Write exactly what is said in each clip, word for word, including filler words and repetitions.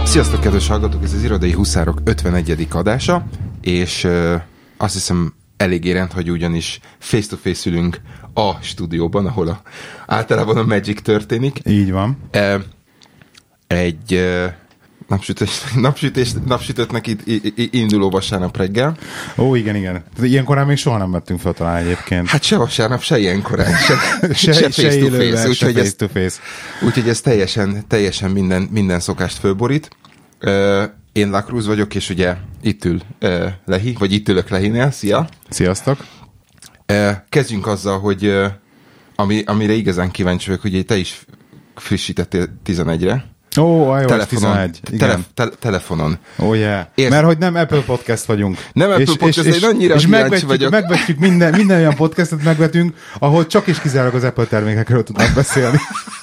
Sziasztok, kedves hallgatók! Ez az Irodai Huszárok ötvenegyedik adása, és uh, azt hiszem eléggé rendhagyó, ugyanis face-to-face ülünk a stúdióban, ahol a, általában a Magic történik. Így van. Uh, egy uh, napsütés, napsütés, napsütöttnek itt induló vasárnap reggel. Ó, igen, igen. Ilyen korán még soha nem vettünk fel talán egyébként. Hát se vasárnap, se ilyen korán, se, se, se face-to-face. Úgyhogy face ez, to face. úgyhogy ez teljesen, teljesen minden, minden szokást fölborít. Uh, én Lakrúz vagyok, és ugye itt ül uh, Lehi, vagy itt ülök Lehinél. Szia! Sziasztok! Uh, kezdjünk azzal, hogy uh, ami, amire igazán kíváncsi vagyok, hogy te is frissítettél tizenegyre. Ó, oh, iOS tizenegy. Tele, te, telefonon. Ó, oh, yeah. Érsz... Mert hogy nem Apple Podcast vagyunk. Nem Apple és, Podcast, és, én annyira és kíváncsi megvetjük, vagyok. megvetjük minden, minden olyan podcastot megvetünk, ahol csak és kizárólag az Apple termékekről tudnak beszélni.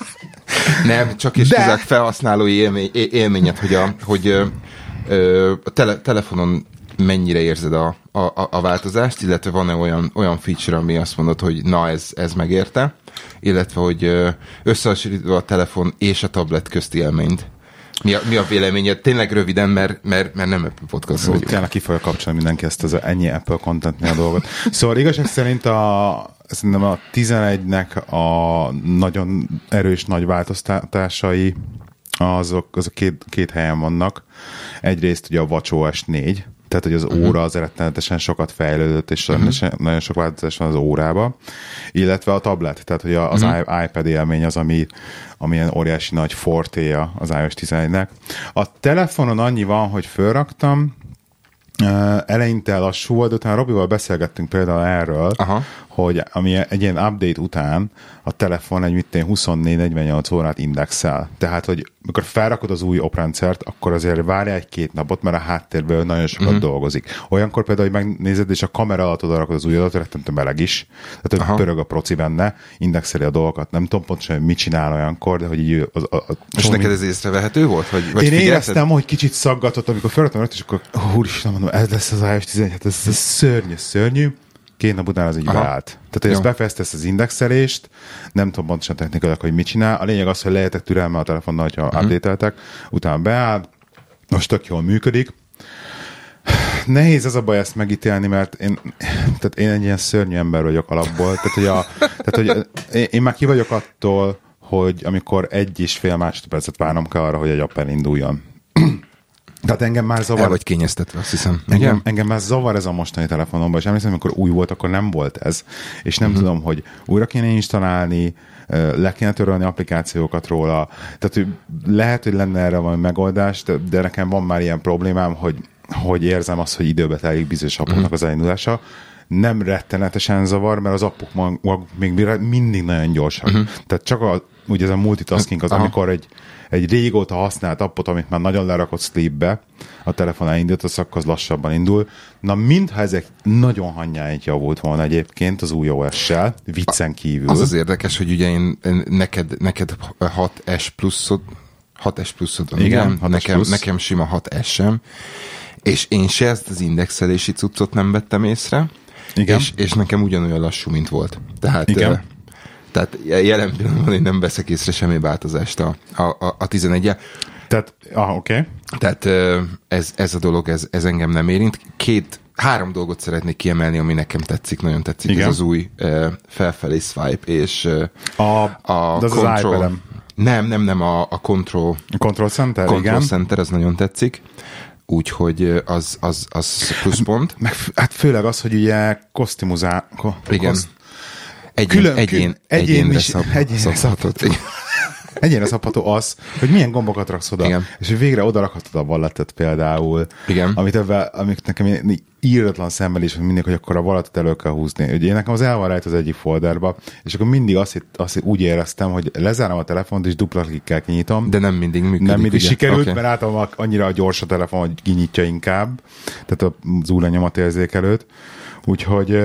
Nem, csak és kizárólag felhasználói élmény, élményed, hogy a, hogy, ö, ö, a tele, telefonon mennyire érzed a, a, a változást, illetve van-e olyan, olyan feature, ami azt mondod, hogy na, ez, ez megérte, illetve, hogy összehasonlítva a telefon és a tablet közti élményt. Mi a, mi a véleményed? Tényleg röviden, mert, mert, mert nem Apple Podcast vagyunk. Tényleg ki fogja kapcsolni mindenki ezt az ennyi Apple contentnél a dolgot. Szóval igazság szerint a, szerintem a tizenegynek a nagyon erős nagy változtatásai azok, azok két, két helyen vannak. Egyrészt ugye a watchOS négy, tehát hogy az uh-huh. óra az rettenetesen sokat fejlődött, és uh-huh. nagyon sok változás van az órába, illetve a tablet, tehát hogy az uh-huh. iPad élmény az, ami, ami ilyen óriási nagy fortéja az iOS tizenegynek. A telefonon annyi van, hogy fölraktam, Uh, eleinte lassú volt, utána Robival beszélgettünk például erről, aha. hogy ami egy ilyen update után a telefon egy mit huszonnégy negyvennyolc órát indexel. Tehát, hogy amikor felrakod az új oprendszert, akkor azért várja egy-két napot, mert a háttérből nagyon sokat uh-huh. dolgozik. Olyankor például, hogy megnézed, és a kamera alatt odarakod az új adatot, rettentő meleg is. Tehát, hogy pörög a proci benne, indexeli a dolgokat. Nem tudom pontosan, hogy mit csinál olyankor, de hogy így... Az, az, az, és neked ez észrevehető volt? Vagy, vagy én figyelted? Éreztem, hogy kicsit szaggatott, amikor felraktam rögt, és akkor úristen, mondom, ez lesz az iOS tizenegy, hát ez, ez szörnyű, szörnyű. Két nap után az így beállt. Tehát, hogy ezt befejezte ezt az indexelést, nem tudom pontosan technikailag, hogy mit csinál. A lényeg az, hogy lehetek türelme a telefonnal, hogyha uh-huh. update-eltek, utána beáll, most tök jól működik. Nehéz az a baj ezt megítélni, mert én, tehát én egy ilyen szörnyű ember vagyok alapból. Tehát, hogy, a, tehát, hogy én, én már ki vagyok attól, hogy amikor egy és fél másodpercet várnom kell arra, hogy egy app elinduljon. Tehát engem már zavar... El vagy kényeztetve, azt hiszem. Engem, engem már zavar ez a mostani telefonomban, és emlékszem, amikor új volt, akkor nem volt ez. És nem uh-huh. tudom, hogy újra kéne installálni, le kéne törölni applikációkat róla. Tehát hogy lehet, hogy lenne erre valami megoldás, de, de nekem van már ilyen problémám, hogy, hogy érzem azt, hogy időbe telik bizonyos appoknak uh-huh. az elindulása. Nem rettenetesen zavar, mert az appok maguk még mindig nagyon gyorsak. Uh-huh. Tehát csak a, ugye ez a multitasking az, uh-huh. amikor egy egy régóta használt appot, amit már nagyon lerakott sleepbe, a telefon elindítasz, akkor az lassabban indul. Na, mintha ezek nagyon hannyáig javult volna egyébként az új o es-sel, viccen kívül. Az az érdekes, hogy ugye én, neked, neked hat es pluszod, hat es pluszod, igen, nekem, nekem sima hat es-sem, és én se ezt az indexelési cuccot nem vettem észre, igen. És, és nekem ugyanolyan lassú, mint volt. Tehát... Igen. Tehát jelen pillanatban én nem veszek észre semmi változást a, a, a tizeneggyel. Tehát, ah, oké. Okay. Tehát ez, ez a dolog, ez, ez engem nem érint. Két, három dolgot szeretnék kiemelni, ami nekem tetszik, nagyon tetszik. Igen. Ez az új uh, felfelé swipe, és uh, a, a de az control... Az nem, nem, nem, a, a control... A control center, control igen. center, az nagyon tetszik. Úgyhogy az, az, az pluszpont. Meg, hát főleg az, hogy ugye kosztimuzál... Ko, igen. Koszt... Egyén, Külön, egyén, egyén, egyénre is, szab, egyénre szabható. Egyénre szabható az, hogy milyen gombokat raksz oda. Igen. És hogy végre oda rakhatod a walletet például. Igen. Amit, ebben, amit nekem íratlan szenvedés, hogy mindig, hogy akkor a walletet elő kell húzni. Ugye én nekem az el van rejt az egyik folderba, és akkor mindig azt, azt úgy éreztem, hogy lezárom a telefont, és dupla klikkel kinyitom. De nem mindig működik. Nem mindig ugye? sikerült, Okay. mert általában annyira gyors a telefon, hogy kinyitja inkább. Tehát az új lenyomatérzékelőt. Úgyhogy...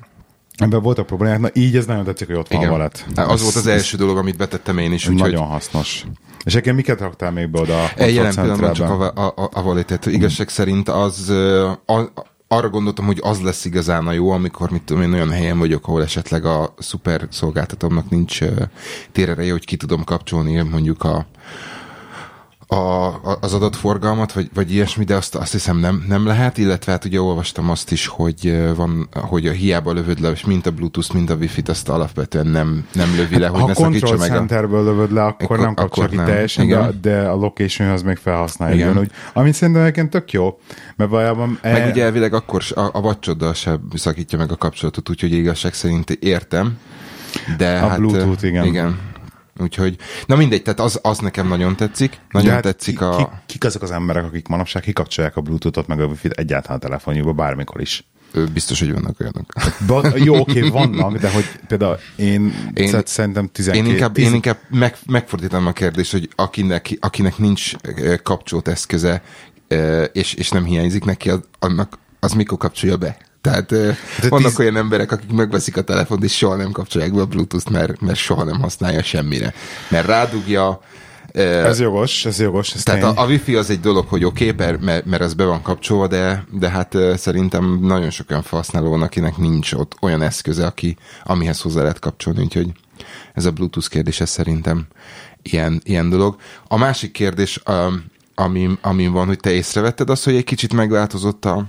Ebben voltak problémák, na így ez nagyon tetszik, hogy ott van a wallet. Az ez, volt az első dolog, amit betettem én is. Nagyon úgy, hasznos. És egyébként miket raktál még be oda a jelen pillanatban csak a, a, a, a walletet. Igazság szerint az, a, arra gondoltam, hogy az lesz igazán a jó, amikor mit tudom én olyan helyen vagyok, ahol esetleg a szuper szolgáltatómnak nincs térereje, hogy ki tudom kapcsolni mondjuk a a, az adatforgalmat, vagy, vagy ilyesmi, de azt, azt hiszem nem, nem lehet, illetve hát ugye olvastam azt is, hogy van, hogy a hiába lövöd le, és mind a Bluetooth, mind a Wi-Fi-t, azt alapvetően nem, nem lövi le, hát, hogy ne szakítsa meg. Ha control centerből lövöd le, akkor, akkor nem kapcsol ki teljesen, de, de a locationhoz még felhasználja. Ugyanúgy, amit szerintem egyébként tök jó, mert valójában... Meg e... ugye elvileg akkor a, a watchoddal sem szakítja meg a kapcsolatot, úgyhogy igazság szerint értem, de a hát... Bluetooth, igen. igen. Úgyhogy, na mindegy, tehát az, az nekem nagyon tetszik. Nagyon hát tetszik ki, a... Ki, kik azok az emberek, akik manapság kikapcsolják a Bluetooth-ot, meg a Wi-Fi-t egyáltalán a telefonjukba, bármikor is? Biztos, hogy vannak olyanok. Ba, jó, oké, vannak, de hogy például én, én szerintem tizenkét... Én inkább, én inkább meg, megfordítom a kérdést, hogy akinek, akinek nincs kapcsolt eszköze, és, és nem hiányzik neki, annak az mikor kapcsolja be? Tehát de vannak tíz... olyan emberek, akik megveszik a telefont, és soha nem kapcsolják be a Bluetooth-t, mert, mert soha nem használja semmire. Mert rádugja... Ez jogos, ez jogos. Ez tehát a, a Wi-Fi az egy dolog, hogy oké, okay, mert, mert ez be van kapcsolva, de, de hát szerintem nagyon sok olyan felhasználó van, akinek nincs ott olyan eszköze, aki, amihez hozzá lehet kapcsolni, úgyhogy ez a Bluetooth kérdés, ez szerintem ilyen, ilyen dolog. A másik kérdés, ami, ami van, hogy te észrevetted azt, hogy egy kicsit megváltozott a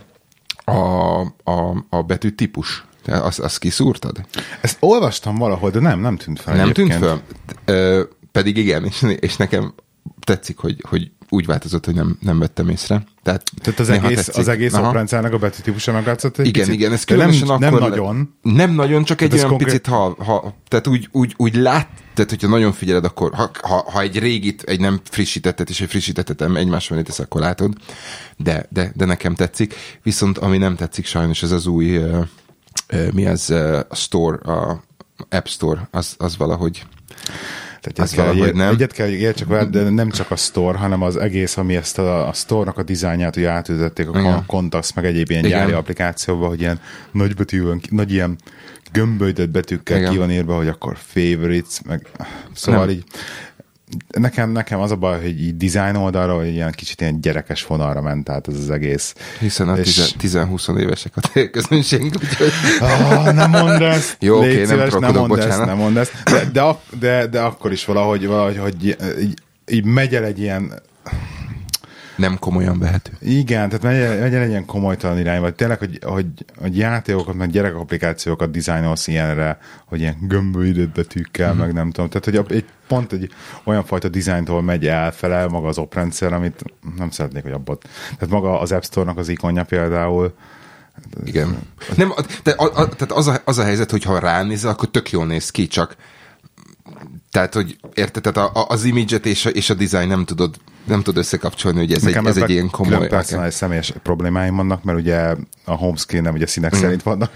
A, a, a betű típus. Azt, azt kiszúrtad? Ezt olvastam valahol, de nem, nem tűnt fel. Nem egyébként. tűnt fel? Ö, pedig igen, és, és nekem tetszik, hogy, hogy úgy változott, hogy nem, nem vettem észre. Tehát, Tehát az egész, az egész operendszernek a betűtípusa megváltozott egy igen, picit? igen, ez különösen nem, akkor... Nem nagyon. Nem nagyon, csak tehát egy olyan konkrét... picit, ha, ha tehát úgy, úgy, úgy lát, tehát hogyha nagyon figyeled, akkor ha, ha, ha egy régit, egy nem frissítettet és egy frissítettet egymás mellé tesz, akkor látod, de, de, de nekem tetszik. Viszont ami nem tetszik sajnos, ez az új uh, uh, mi az uh, a store, a App Store, az, az valahogy Tehát egyet kell, valahogy nem. Egyet kell értsek vele, de nem csak a store, hanem az egész, ami ezt a, a store-nak a dizájnját, hogy átültették a Contacts, meg egyéb ilyen gyári applikációba, hogy ilyen nagybetűen, nagy ilyen gömbölydött betűkkel igen. Ki van írva, hogy akkor favorites, meg szóval nem. Így nekem, nekem az a baj, hogy így design oldalra, hogy ilyen kicsit ilyen gyerekes vonalra ment át ez az egész. Hiszen a tíz-húsz évesek a közönség, úgyhogy... Oh, nem mondd ezt! Jó, oké, okay, nem trokodok, bocsánat. Nem mondd ezt, de, de, de, de akkor is valahogy, valahogy hogy így, így megy el egy ilyen... Nem komolyan vehető. Igen, tehát megy el, megy el egy ilyen komolytalan irányba. Tényleg, hogy, hogy, hogy játékokat, meg gyerek applikációkat dizájnolsz ilyenre, hogy ilyen gömbölydött betűkkel, mm-hmm. meg nem tudom. Tehát, hogy egy, pont egy olyan fajta dizájntól megy elfele maga az oprendszer, amit nem szeretnék, hogy abban. Tehát maga az App Store-nak az ikonja például. Igen. Nem, de a, a, tehát az a, az a helyzet, hogy ha ránézel, akkor tök jól néz ki, csak tehát, hogy érted, tehát a, az image-et és a, és a design nem tudod, nem tudod összekapcsolni, hogy ez, egy, ez egy ilyen komoly... Nekem personális személyes problémáim vannak, mert ugye a home screen-nem ugye színek igen. szerint vannak.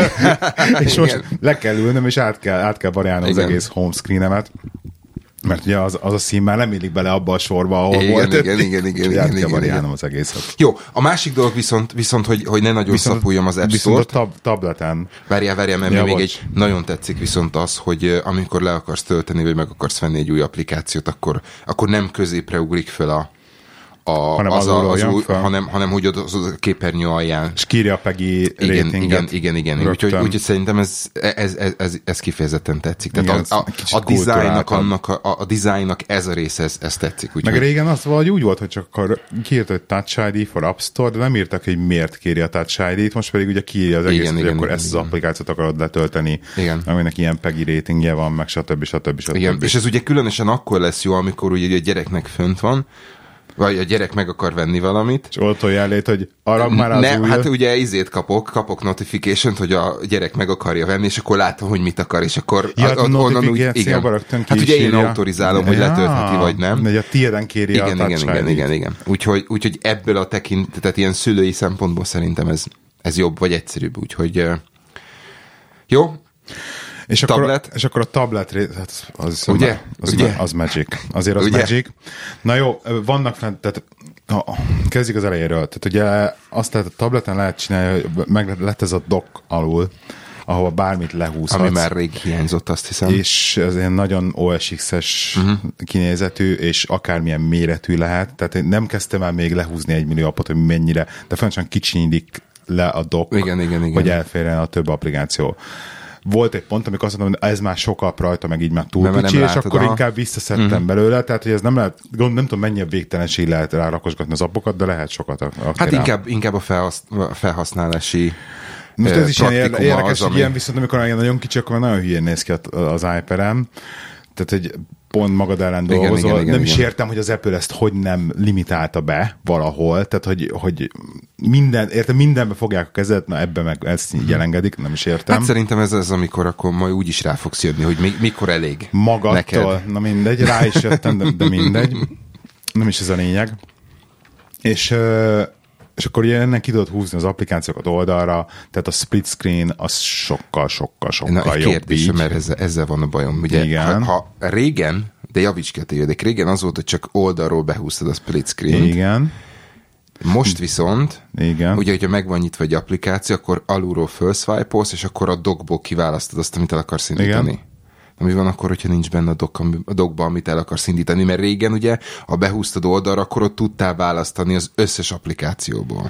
És most le kell ülnöm, és át kell, át kell variálnom az egész home screen-emet. Mert ugye az, az a szín már nem illik bele abba a sorba, ahol igen, volt. Igen, igen, igen. igen, igen, igen, igen. az egészet. Jó, a másik dolog viszont, viszont hogy, hogy ne nagyon viszont, szapuljam az App Store-t. Viszont a tab- tableten. Várjál, várjál, mert ja, még egy nagyon tetszik viszont az, hogy amikor le akarsz tölteni, vagy meg akarsz venni egy új applikációt, akkor, akkor nem középre ugrik fel a A, hanem, az a, az új, hanem, hanem hogy az a képernyő alján. És kírja a Peggy ratinget. Igen, igen, igen. Úgyhogy, úgyhogy szerintem ez, ez, ez, ez, ez kifejezetten tetszik. Tehát igen, a, a, a, dizájnnak, annak, a, a dizájnnak ez a része, ez, ez tetszik. Úgyhogy... Meg régen az valahogy úgy volt, hogy csak akkor kiírt, hogy Touch I D for App Store, de nem írtak, hogy miért kéri a Touch I D-t, most pedig ugye kiírja az egész, igen, hogy igen, akkor igen, ezt igen. az applikációt akarod letölteni, igen. aminek ilyen Peggy ratingje van, meg stb. stb. stb. Igen, és ez ugye különösen akkor lesz jó, amikor ugye a gyereknek fönt van, vagy a gyerek meg akar venni valamit. És ott jellét, hogy arra már az ne, új... Hát ugye izét kapok, kapok notification-t, hogy a gyerek meg akarja venni, és akkor látom, hogy mit akar, és akkor ja, a, onnan úgy, igen. Hát ugye én autorizálom, ja, hogy letöltheti, vagy nem. De a tiéden kéri igen, a igen, igen, igen, igen. Úgyhogy, úgyhogy ebből a tekint, tehát ilyen szülői szempontból szerintem ez, ez jobb, vagy egyszerűbb, úgyhogy uh, jó. És akkor, és akkor a tablet hát az, ugye? Az, ugye? az magic. Azért az ugye? Magic. Na jó, vannak fent, tehát oh, kezdjük az elejéről. Tehát ugye azt lehet, a tableten lehet csinálni, hogy meg lett ez a dock alul, ahova bármit lehúzhatsz. Ami már rég hiányzott, azt hiszem. És ez ilyen nagyon o es iksz-es uh-huh. kinézetű, és akármilyen méretű lehet. Tehát én nem kezdtem el még lehúzni egy millió appot, hogy mennyire, de fontosan kicsinyítik le a dock, igen, igen, igen. hogy elférjen a több applikáció. volt egy pont, amikor azt mondtam, hogy ez már sokkal rajta, meg így már túl nem, kicsi, nem és látod, akkor aha. inkább visszaszedtem uh-huh. belőle, tehát hogy ez nem lehet, gond, nem tudom mennyi a végtelenség lehet rárakosgatni az appokat, de lehet sokat. A, a hát inkább, inkább a, felhasz, a felhasználási most ez is ilyen érdekes, az, hogy ami... ilyen viszont amikor nagyon kicsi, akkor nagyon hülyén néz ki az iPad-em. Tehát, hogy pont magad ellen dolgozol. Igen, igen, igen, nem igen. is értem, hogy az Apple ezt hogy nem limitálta be valahol. Tehát, hogy, hogy minden, értem, mindenbe fogják a kezet, na ebben meg ezt így jelengedik, nem is értem. Hát szerintem ez az, amikor akkor majd úgy is rá fogsz jönni, hogy mi, mikor elég Magadtól, neked. Na mindegy, rá is jöttem, de, de mindegy. Nem is ez a lényeg. És... És akkor ugye ennek ki tudod húzni az applikációkat oldalra, tehát a split screen az sokkal, sokkal, sokkal Na, egy jobb kérdés, így. Mert ezzel, ezzel van a bajom. Ugye, Igen. Ha, ha régen, de javíts ki a tévedék, régen az volt, hogy csak oldalról behúztad a split screen-t. Igen. Most viszont, Igen. ugye, hogyha meg van nyitva egy applikáció, akkor alulról felswipe-olsz, és akkor a dockból kiválasztod azt, amit el akarsz indítani. Igen. Mi van akkor, hogyha nincs benne a, dock, a dockba, amit el akarsz indítani? Mert régen ugye, ha behúztad oldalra, akkor ott tudtál választani az összes applikációból.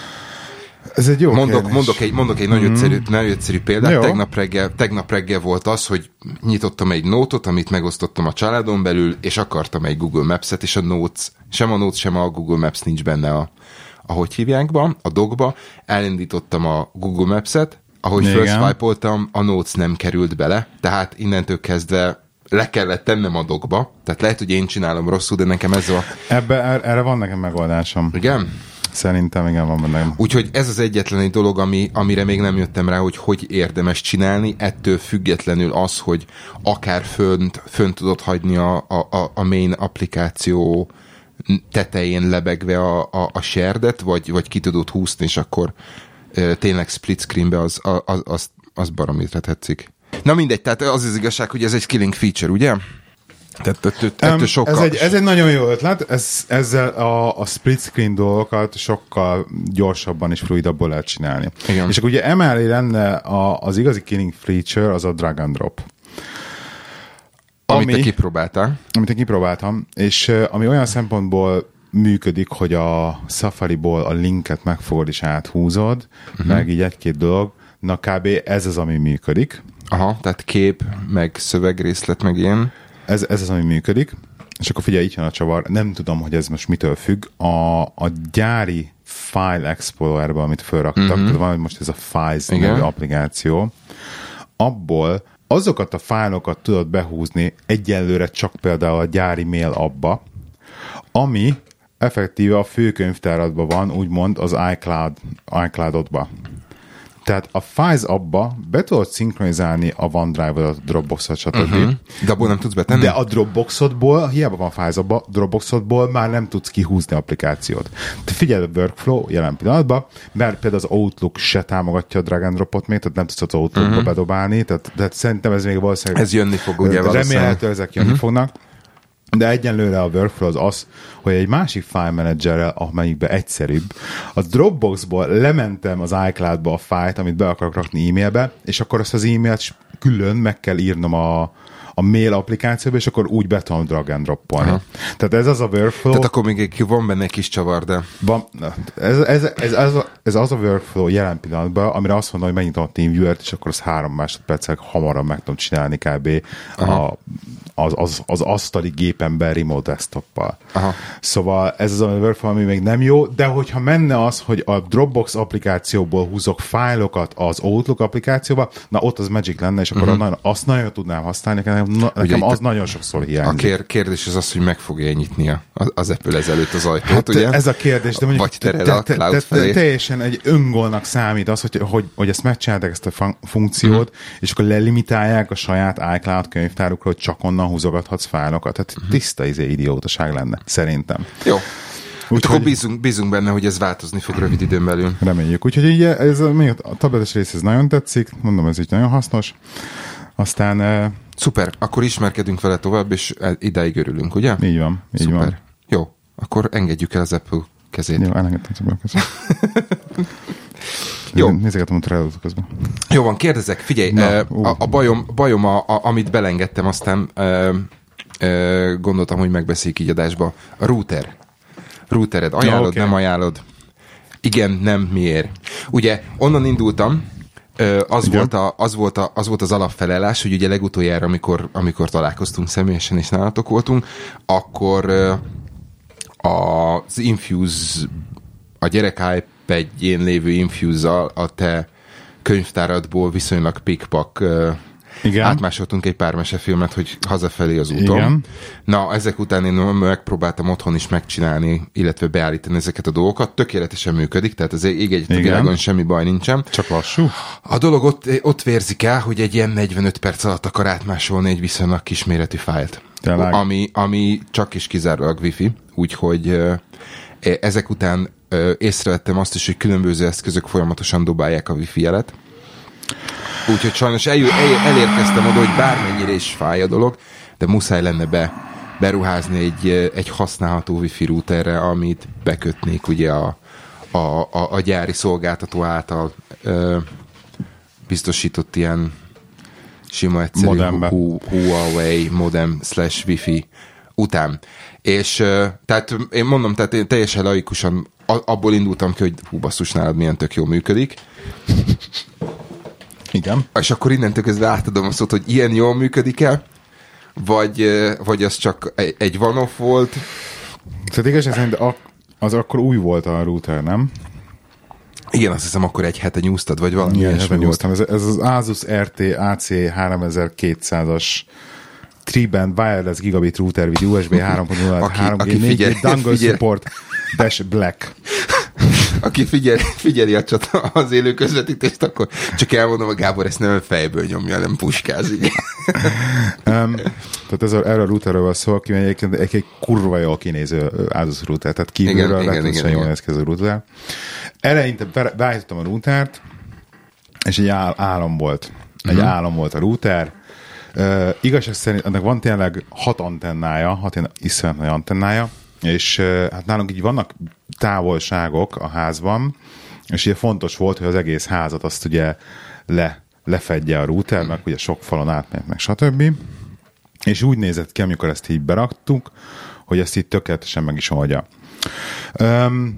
Ez egy jó mondok, mondok egy, mondok egy nagyon, mm. egyszerű, nagyon egyszerű példát. Tegnap reggel, tegnap reggel volt az, hogy nyitottam egy Note-ot, amit megosztottam a családon belül, és akartam egy Google Maps-et, és a Notes, sem a Notes, sem a Google Maps nincs benne a, ahogy hívják, a dockba. Elindítottam a Google Maps-et, ahogy felswipe-oltam, a Notes nem került bele, tehát innentől kezdve le kellett tennem a dockba, tehát lehet, hogy én csinálom rosszul, de nekem ez a... Ebbe, erre van nekem megoldásom. Igen? Szerintem igen, van benne. Úgyhogy ez az egyetlen egy dolog, ami, amire még nem jöttem rá, hogy hogy érdemes csinálni, ettől függetlenül az, hogy akár fönt, fönt tudod hagyni a, a, a main applikáció tetején lebegve a, a, a shared-et, vagy, vagy ki tudod húzni, és akkor tényleg split screenbe az, az, az, az baromitra tetszik. Na mindegy, tehát az az igazság, hogy ez egy killing feature, ugye? Tehát ettől, ettől sokkal... Ez egy, ez egy nagyon jó ötlet, ez, ezzel a, a split screen dolgokat sokkal gyorsabban és fluidabban lehet csinálni. Igen. És akkor ugye emellé lenne a, az igazi killing feature, az a drag and drop. Amit ami, te kipróbáltál. Amit én kipróbáltam, és ami olyan szempontból működik, hogy a Safari-ból a linket megfogod és áthúzod, uh-huh. meg így egy-két dolog, na kb. Ez az, ami működik. Aha, tehát kép, meg szövegrészlet, meg ilyen. Ez, ez az, ami működik. És akkor figyelj, itt jön a csavar. Nem tudom, hogy ez most mitől függ. A, a gyári File Explorer-ben, amit felraktak, uh-huh. tehát van most ez a Files nevű applikáció, abból azokat a fájlokat tudod behúzni egyelőre csak például a gyári mail abba, ami effektíve a főkönyvtáradban van, úgymond az iCloud, iCloud-odba. Tehát a Files abba be tudod szinkronizálni a OneDrive-ot, a Dropbox-ot, stb. Uh-huh. De abból nem tudsz betenni? De a Dropboxodból, hiába van Files abba, Dropboxodból már nem tudsz kihúzni applikációt. Te figyeld a workflow jelen pillanatban, mert például az Outlook se támogatja a drag and dropot még, tehát nem tudsz az Outlookba uh-huh. bedobálni, tehát, tehát szerintem ez még valószínűleg... Ez jönni fog, ugye? Remélhetőleg ezek jönni uh-huh. fognak. De egyenlőre a workflow az az, hogy egy másik file managerrel, amelyikben egyszerűbb, a Dropboxból lementem az iCloud-ba a fájlt, amit be akarok rakni e-mailbe, és akkor azt az e-mailt külön meg kell írnom a, a mail applikációba, és akkor úgy be tudom drag and droppolni. Aha. Tehát ez az a workflow. Tehát akkor még van benne egy kis csavar, de... Van, ez, ez, ez, ez, ez az a workflow jelen pillanatban, amire azt mondom, hogy megnyitom a TeamViewer-t, és akkor az három másodpercig hamarabb meg tudom csinálni kb. A, az, az, az asztali gépenben remote desktoppal. Aha. Szóval ez az a workflow, ami még nem jó, de hogyha menne az, hogy a Dropbox applikációból húzok fájlokat az Outlook applikációba, na ott az magic lenne, és akkor uh-huh. nagyon, azt nagyon tudnám használni, nekem, nekem az nagyon sokszor hiányzik. A kér, kérdés az az, hogy meg fogja nyitni a, az Apple ezelőtt az ajtót, hát, ugye? Ez a kérdés, de mondjuk vagy terel a cloud te, te, felé. Teljesen egy öngólnak számít az, hogy, hogy, hogy ezt megcsinálták, ezt a funkciót, uh-huh. és akkor lelimitálják a saját iCloud könyvtárukra, hogy csak onnan húzogathatsz fájlokat. Tehát uh-huh. tiszta izé idiótaság lenne, szerintem. Jó. Úgy, akkor bízunk, bízunk benne, hogy ez változni fog rövid időn belül. Reméljük. Úgyhogy így ez, a tabletes rész ez nagyon tetszik, mondom, ez így nagyon hasznos. Aztán... Uh, Szuper, akkor ismerkedünk vele tovább, és idáig örülünk, ugye? Így van, így Szuper. van. Jó, akkor engedjük el az Apple kezét. Jó, elengedtem az Apple kezét. Jó. Nézegetem a Trello-t közben. Jó van, kérdezek, figyelj, Na, uh, a, a bajom, bajom a, a, amit belengedtem, aztán uh, uh, gondoltam, hogy megbeszéljük így adásba. A router. Routered, ajánlod, ja, okay. nem ajánlod? Igen, nem, miért? Ugye, onnan indultam, Az volt, a, az, volt a, az volt az alapfelelás, hogy ugye legutoljára, amikor, amikor találkoztunk személyesen, és nálatok voltunk, akkor az Infuse, a gyerek iPadjén lévő Infuse-zal a te könyvtáradból viszonylag pikpak igen. átmásoltunk egy pár mesefilmet, hogy hazafelé az úton. Igen. Na, ezek után én megpróbáltam otthon is megcsinálni, illetve beállítani ezeket a dolgokat. Tökéletesen működik, tehát az ég egy világon semmi baj nincsen. Csak lassú. A dolog ott, ott vérzik el, hogy egy ilyen negyvenöt perc alatt akar átmásolni egy viszonylag kisméretű fájlt. Ami, ami csak is kizárólag wifi, úgyhogy ezek után észrevettem azt is, hogy különböző eszközök folyamatosan dobálják a wifi jelet. Úgyhogy sajnos el, el, elérkeztem oda, hogy bármennyire is fáj a dolog, de muszáj lenne be, beruházni egy, egy használható wifi routerre, amit bekötnék ugye a, a, a, a gyári szolgáltató által ö, biztosított ilyen sima egyszerű Hu, Huawei modem slash wifi után. És ö, tehát én mondom, tehát én teljesen laikusan abból indultam ki, hogy hú basszus, nálad milyen tök jól működik. Igen. És akkor innentől kezdve átadom a szót, hogy ilyen jól működik-e, vagy, vagy az csak egy, egy one-off volt? Tehát igazság szerint az akkor új volt a router, nem? Igen, azt hiszem akkor egy hete nyúztad, vagy valami ilyen hete nyúztam. Ez, ez az Asus er té á cé háromezer-kétszázas tri-band wireless gigabit router with u es bé három pont nulla három G négy dongle support dash black. Aki figyel, figyeli a csata, az élő közvetítést, akkor csak elmondom, a Gábor ezt nem fejből nyomja, nem puskázik. um, tehát ez a, erről a routerről van szó, aki egyébként egy, egy kurva jól kinéző Asus router, tehát kívülről rettenetesen jól néz ki ez a router. Eleinte be, beállítottam a routert, és egy áll, álom volt. Egy uh-huh. álom volt a router. Uh, igazság szerint ennek van tényleg hat antennája, hat ilyen iszonyat nagy antennája, és uh, hát nálunk így vannak távolságok a házban, és ugye fontos volt, hogy az egész házat azt ugye le, lefedje a router, meg ugye sok falon átmegy, meg stb. És úgy nézett ki, amikor ezt így beraktuk, hogy ezt így tökéletesen meg is oldja. Um,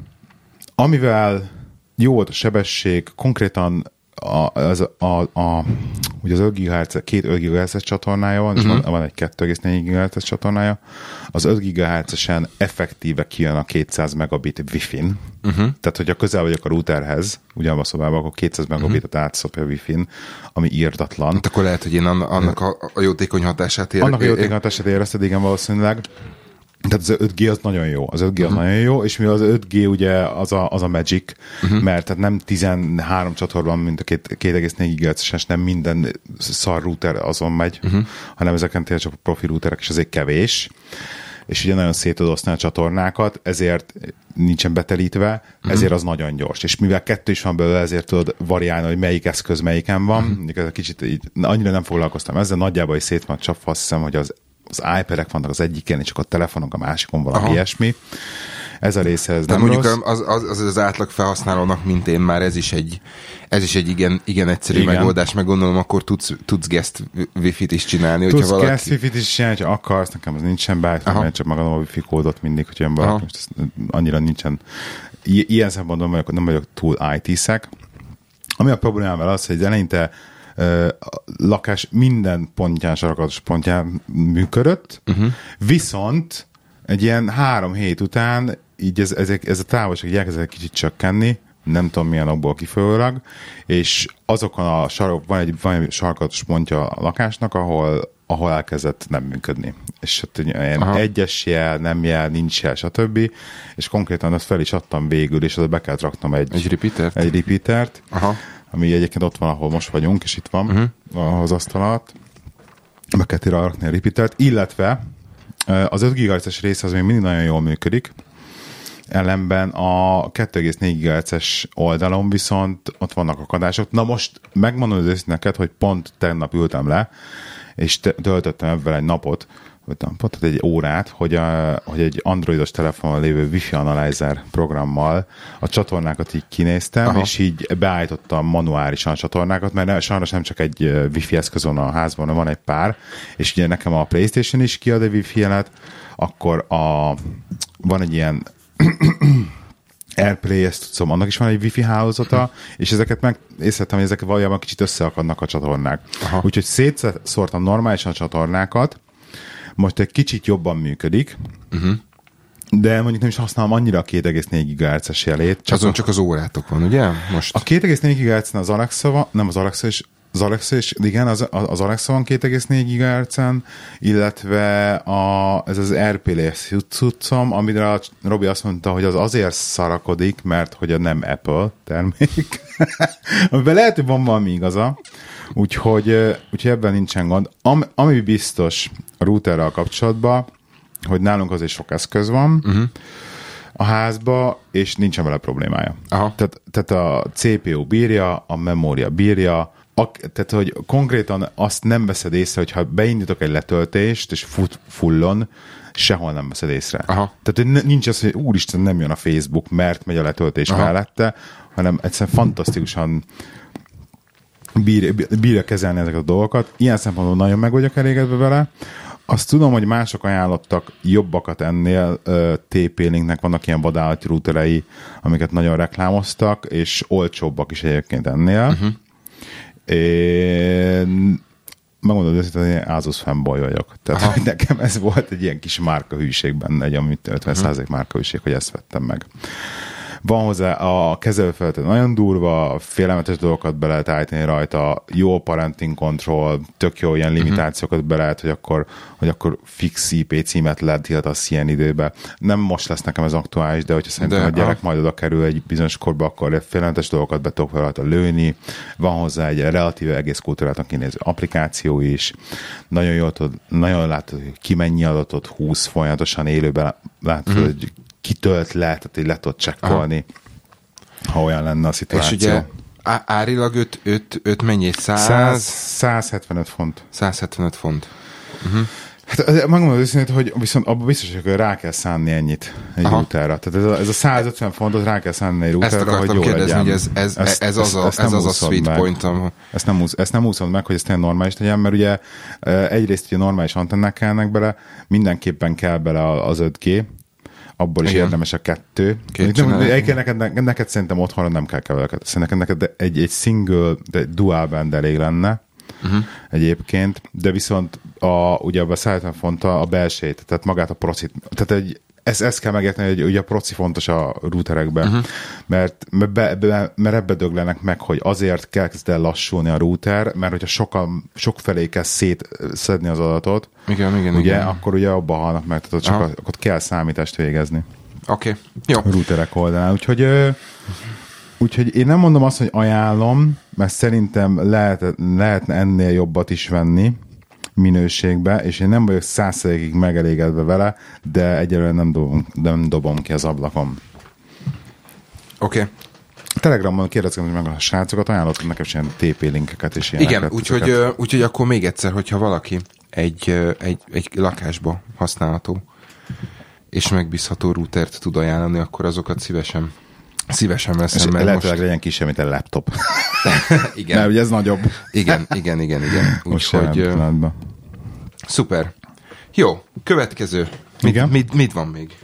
amivel jó volt a sebesség, konkrétan a, az, a, a, ugye az öt gigahertz, két öt gigahertzes csatornája van, uh-huh. és van, van egy kettő egész négy gigahertzes csatornája. Az öt gigahertzesen effektíve kijön a kétszáz megabit Wi-Fi-n. Uh-huh. Tehát, hogyha közel vagyok a routerhez, ugyanabban a szobában, akkor kétszáz megabitot uh-huh. átszopja a Wi-Fi-n, ami írtatlan. Hát akkor lehet, hogy én annak a, a jótékony hatását éreztem. Annak a jótékony hatását érezted, igen, valószínűleg. Tehát az öt G az nagyon jó. Az öt G uh-huh. az nagyon jó, és mivel az öt G ugye az a, az a magic, uh-huh. mert tehát nem tizenhárom csatorna, mint a két egész négy gigahertzes, nem minden szar router azon megy, uh-huh. hanem ezeken tényleg csak a profi routerek, és azért kevés. És ugye nagyon szét tud osztani a csatornákat, ezért nincsen betelítve, uh-huh. ezért az nagyon gyors. És mivel kettő is van belőle, ezért tudod variálni, hogy melyik eszköz melyiken van. Uh-huh. Ez kicsit így, annyira nem foglalkoztam ezzel, nagyjából is szét van csapva, azt hiszem, hogy az az iPad-ek vannak az egyiken, és csak a telefonok a másikon valami Aha. ilyesmi. Ez a része, ez de nem mondjuk rossz. Az, az, az, az átlag felhasználónak, mint én már, ez is egy, ez is egy igen, igen egyszerű igen. megoldás, meg gondolom, akkor tudsz, tudsz guest wifi-t is csinálni. Tudsz valaki... guest wifi-t is csinálni, ha akarsz, nekem az nincsen beállítva, mert csak megadom a wifi kódot mindig, hogy jön valaki, most annyira nincsen. I- ilyen szempontból vagyok, nem vagyok túl í té-szek. Ami a problémával az, hogy eleinte Uh, a lakás minden pontján, sarkalatos pontján működött, uh-huh. viszont egy ilyen három hét után így ez, ez, ez a távolság így elkezdett kicsit csökkenni, nem tudom milyen okból kifolyólag, és azokon a sarok, van egy, van egy sarkalatos pontja a lakásnak, ahol, ahol elkezdett nem működni. És ott ilyen Aha. egyes jel, nem jel, nincs jel, stb. És konkrétan azt fel is adtam végül, és oda be kellett raknom egy, egy repeatert, egy repeatert Aha. ami egyébként ott van, ahol most vagyunk, és itt van uh-huh. az asztal alatt. Be kell tira rakni a repeatert, illetve az öt gigahertzes része az még mindig nagyon jól működik, ellenben a kettő egész négy gigahertzes oldalon viszont ott vannak akadások. Na most megmondom az őszintén neked, hogy pont tegnap ültem le, és töltöttem ebben egy napot, pont egy órát, hogy, a, hogy egy androidos telefonon lévő Wi-Fi Analyzer programmal a csatornákat így kinéztem, Aha. és így beállítottam manuálisan a csatornákat, mert ne, sajnos nem csak egy Wi-Fi eszköz van a házban, hanem van egy pár, és ugye nekem a PlayStation is kiad egy Wi-Fi jelet, akkor a, van egy ilyen AirPlay, ezt tudom, annak is van egy Wi-Fi hálózata, hm. és ezeket meg észrevettem, hogy ezek valójában kicsit összeakadnak a csatornák. Aha. Úgyhogy szétszórtam normálisan a csatornákat, most egy kicsit jobban működik, uh-huh. de mondjuk nem is használom annyira a két egész négy gigahertzes jelét. Csak azon a... csak az órátok van, ugye? Most. A két egész négy gigahertzen az Alexa van, nem az Alexa is, az Alexa is, igen, az, az Alexa van két egész négy gigahertzen, illetve a, ez az AirPlay cuccom, amire a Robi azt mondta, hogy az azért szarakodik, mert hogy a nem Apple termék. Amiben lehet, hogy van valami igaza. Úgyhogy, úgyhogy ebben nincsen gond. Am, ami biztos a routerrel kapcsolatban, hogy nálunk azért sok eszköz van uh-huh. a házba, és nincsen vele problémája. Aha. Tehát, tehát a cé pé u bírja, a memória bírja, a, tehát hogy konkrétan azt nem veszed észre, hogyha beindítok egy letöltést, és fut fullon, sehol nem veszed észre. Aha. Tehát hogy nincs az, hogy úristen, nem jön a Facebook, mert megy a letöltés Aha. mellette, hanem egyszerűen fantasztikusan bírja, bírja kezelni ezeket a dolgokat. Ilyen szempontból nagyon meg vagyok elégedve vele. Azt tudom, hogy mások ajánlottak jobbakat ennél, té pé-Linknek vannak ilyen vadállati routerei, amiket nagyon reklámoztak, és olcsóbbak is egyébként ennél. Uh-huh. Én megmondom, hogy én Asus fanboy vagyok. Tehát hogy nekem ez volt egy ilyen kis márkahűség benne, egy amit ötven százalék uh-huh. márkahűség, hogy ezt vettem meg. Van hozzá a kezelőfelület nagyon durva, félelmetes dolgokat be lehet állítani rajta, jó parenting control, tök jó ilyen limitációkat be lehet, hogy akkor, hogy akkor fix i pé címet letiltasz ilyen időben. Nem most lesz nekem ez aktuális, de hogyha szerintem de, a gyerek a... majd oda kerül egy bizonyos korba, akkor félelmetes dolgokat be tudok rajta lőni. Van hozzá egy relatíve egész kultúráltan kinéző applikáció is. Nagyon jól tudod, nagyon látod, hogy ki mennyi adatot húsz folyamatosan élőben, látod, mm. hogy kitölt le, tehát így le tudod csekkolni, ha olyan lenne a szituáció. És ugye árilag öt mennyi? száz százhetvenöt font. százhetvenöt font. Uh-huh. Hát megmondom őszintén, hogy viszont abban biztos, hogy rá kell szánni ennyit egy routerra. Tehát ez a, ez a százötven fontot rá kell szánni egy routerra, hogy jó kérdezni, legyen. Hogy ez, ez, ezt, ez az, a, ez az a sweet point. Ezt nem, ezt nem úszod meg, hogy ez tényleg normális legyen, mert ugye egyrészt ugye normális antennák kellnek bele, mindenképpen kell bele az öt G, abból is igen. érdemes a kettő. Neked, neked, neked szerintem otthonra nem kell keveleket. Szerintem neked egy, egy single, de dual band elég lenne uh-huh. egyébként, de viszont a, ugye a szállítani fonta a belsejét, tehát magát a procit. Tehát egy, ezt, ezt kell megérteni, hogy ugye a proci fontos a routerekben, uh-huh. mert, be, be, mert ebbe döglenek meg, hogy azért kell kezd el lassulni a router, mert hogyha sokan, sok felé kell szétszedni az adatot, igen, igen, ugye, igen. akkor ugye abba halnak meg, tehát csak a, akkor kell számítást végezni. Oké, okay. Jó. A routerek oldalán. Úgyhogy, úgyhogy én nem mondom azt, hogy ajánlom, mert szerintem lehet, lehetne ennél jobbat is venni minőségbe, és én nem vagyok száz százalékig megelégedve vele, de egyelőre nem dobom, nem dobom ki az ablakon. Oké. Okay. Telegramon kérdeztem meg a srácokat, ajánlottam nekem ilyen té pé-linkeket és ilyeneket. Igen, úgyhogy, úgyhogy akkor még egyszer, hogyha valaki egy, egy, egy lakásba használható és megbízható routert tud ajánlani, akkor azokat szívesen szívesen veszem. És lehetőleg most... legyen kisebb, mint a laptop. Igen. Mert ugye ez nagyobb. Igen, igen, igen, igen. Úgyhogy... Uh, szuper. Jó, következő. Mit, igen? Mit, mit van még?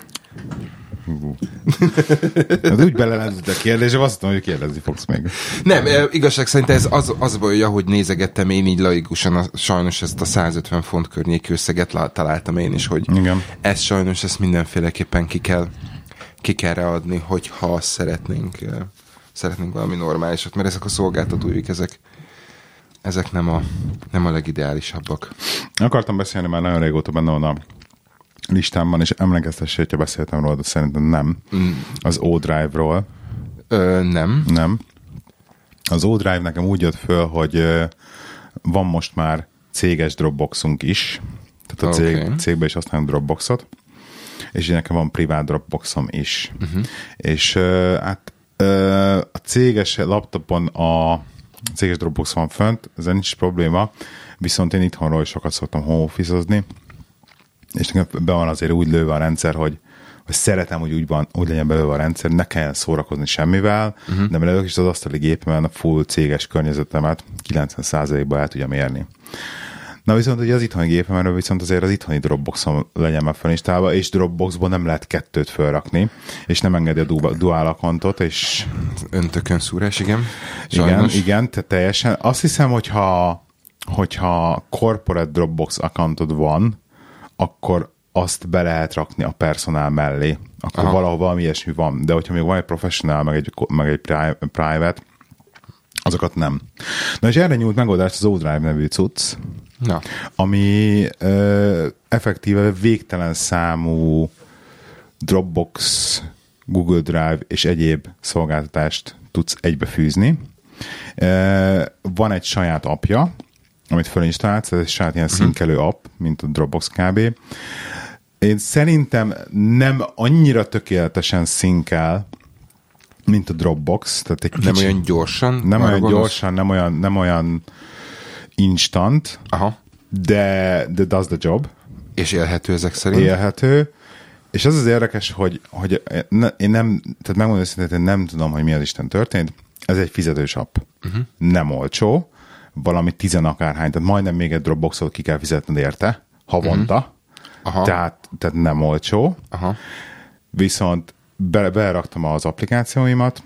Ez úgy belelendült a kérdésem, azt tudom, hogy kérdezni fogsz még. Nem, igazság szerint ez az, az baj, ahogy nézegettem én így laikusan, a, sajnos ezt a százötven font környékű összeget találtam én is, hogy igen. ezt sajnos ezt mindenféleképpen ki kell ki kell ráadni, hogyha szeretnénk szeretnénk valami normálisat, mert ezek a szolgáltatóik, ezek ezek nem a, nem a legideálisabbak. Akartam beszélni, már nagyon régóta benne van a listámban, és emlékeztessék, hogyha beszéltem róla, de szerintem nem. Mm. Az O-Drive-ról. Ö, nem. Nem. Az O-Drive nekem úgy jött föl, hogy van most már céges Dropboxunk is. Tehát a okay. cég, cégben is használunk Dropboxot. És nekem van privát Dropboxom is. Uh-huh. És uh, hát uh, a céges laptopon a céges Dropbox van fönt, ezzel nincs probléma, viszont én itthonról is sokat szoktam home office-ozni, és nekem be van azért úgy lőve a rendszer, hogy, hogy szeretem, hogy úgy, van, úgy legyen belőle a rendszer, ne kelljen szórakozni semmivel, uh-huh. de belőle is az asztali gépemen a full céges környezetemet kilencven százalékba el tudjam érni. Na viszont ugye az itthoni gépemről viszont azért az itthoni Dropboxon legyen már felinstalálva, és Dropboxból nem lehet kettőt felrakni, és nem engedi a dual accountot, és... Öntökön szúrás, igen. Sajnos. Igen, igen, te teljesen. Azt hiszem, hogyha, hogyha corporate Dropbox accountod van, akkor azt be lehet rakni a personál mellé. Akkor Aha. valahol valami ilyesmi van. De hogyha még van egy professional, meg egy, meg egy private, azokat nem. Na és erre nyújt megoldást az ODrive nevű cucc, Na. ami ö, effektíve végtelen számú Dropbox, Google Drive és egyéb szolgáltatást tudsz egybefűzni. Ö, van egy saját appja, amit fölinstalálsz, ez egy saját ilyen uh-huh. szinkelő app, mint a Dropbox kb. Én szerintem nem annyira tökéletesen szinkel, mint a Dropbox. Tehát egy nem kicsi, olyan gyorsan? Nem olyan gondolsz? gyorsan, nem olyan, nem olyan instant, Aha. de, de does the job. És élhető ezek szerint? Élhető. És az az érdekes, hogy, hogy ne, én nem, tehát megmondom őszintén, nem tudom, hogy mi az Isten történt. Ez egy fizetős app. Uh-huh. Nem olcsó. Valami tizenakárhány, tehát majdnem még egy Dropboxot ki kell fizetned érte, havonta. Uh-huh. Aha. Tehát, tehát nem olcsó. Aha. Viszont be, beleraktam az applikációimat.